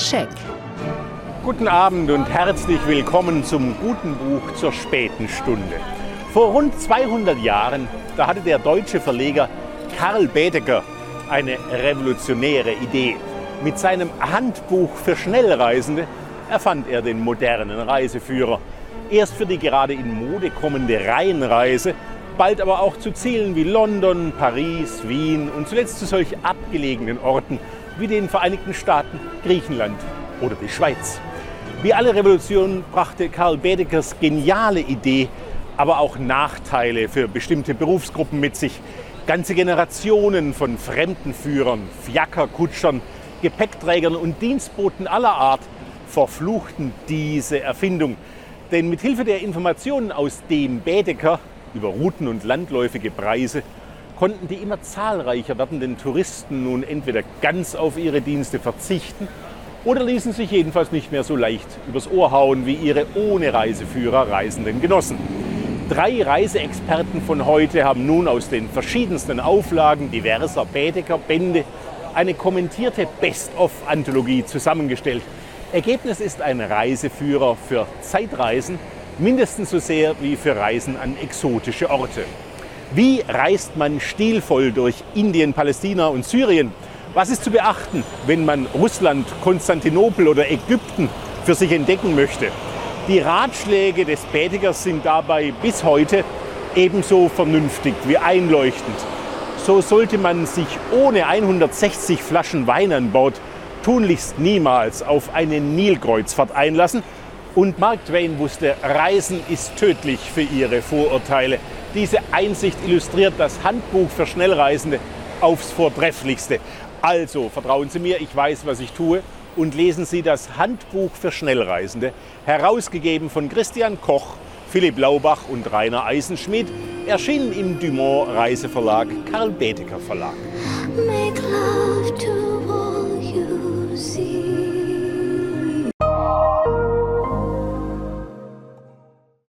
Scheck. Guten Abend und herzlich willkommen zum Guten Buch zur späten Stunde. Vor rund 200 Jahren, da hatte der deutsche Verleger Karl Baedeker eine revolutionäre Idee. Mit seinem Handbuch für Schnellreisende erfand er den modernen Reiseführer. Erst für die gerade in Mode kommende Rheinreise, bald aber auch zu Zielen wie London, Paris, Wien und zuletzt zu solch abgelegenen Orten wie den Vereinigten Staaten, Griechenland oder die Schweiz. Wie alle Revolutionen brachte Karl Baedekers geniale Idee aber auch Nachteile für bestimmte Berufsgruppen mit sich. Ganze Generationen von Fremdenführern, Fiakerkutschern, Gepäckträgern und Dienstboten aller Art verfluchten diese Erfindung. Denn mit Hilfe der Informationen aus dem Baedeker über Routen und landläufige Preise konnten die immer zahlreicher werdenden Touristen nun entweder ganz auf ihre Dienste verzichten oder ließen sich jedenfalls nicht mehr so leicht übers Ohr hauen wie ihre ohne Reiseführer reisenden Genossen. 3 Reiseexperten von heute haben nun aus den verschiedensten Auflagen diverser Baedeker-Bände eine kommentierte Best-of-Anthologie zusammengestellt. Ergebnis ist ein Reiseführer für Zeitreisen, mindestens so sehr wie für Reisen an exotische Orte. Wie reist man stilvoll durch Indien, Palästina und Syrien? Was ist zu beachten, wenn man Russland, Konstantinopel oder Ägypten für sich entdecken möchte? Die Ratschläge des Baedekers sind dabei bis heute ebenso vernünftig wie einleuchtend. So sollte man sich ohne 160 Flaschen Wein an Bord tunlichst niemals auf eine Nilkreuzfahrt einlassen. Und Mark Twain wusste, Reisen ist tödlich für ihre Vorurteile. Diese Einsicht illustriert das Handbuch für Schnellreisende aufs Vortrefflichste. Also vertrauen Sie mir, ich weiß, was ich tue, und lesen Sie das Handbuch für Schnellreisende, herausgegeben von Christian Koch, Philipp Laubach und Rainer Eisenschmidt, erschienen im Dumont Reiseverlag, Karl Baedeker Verlag. Make love to all you see.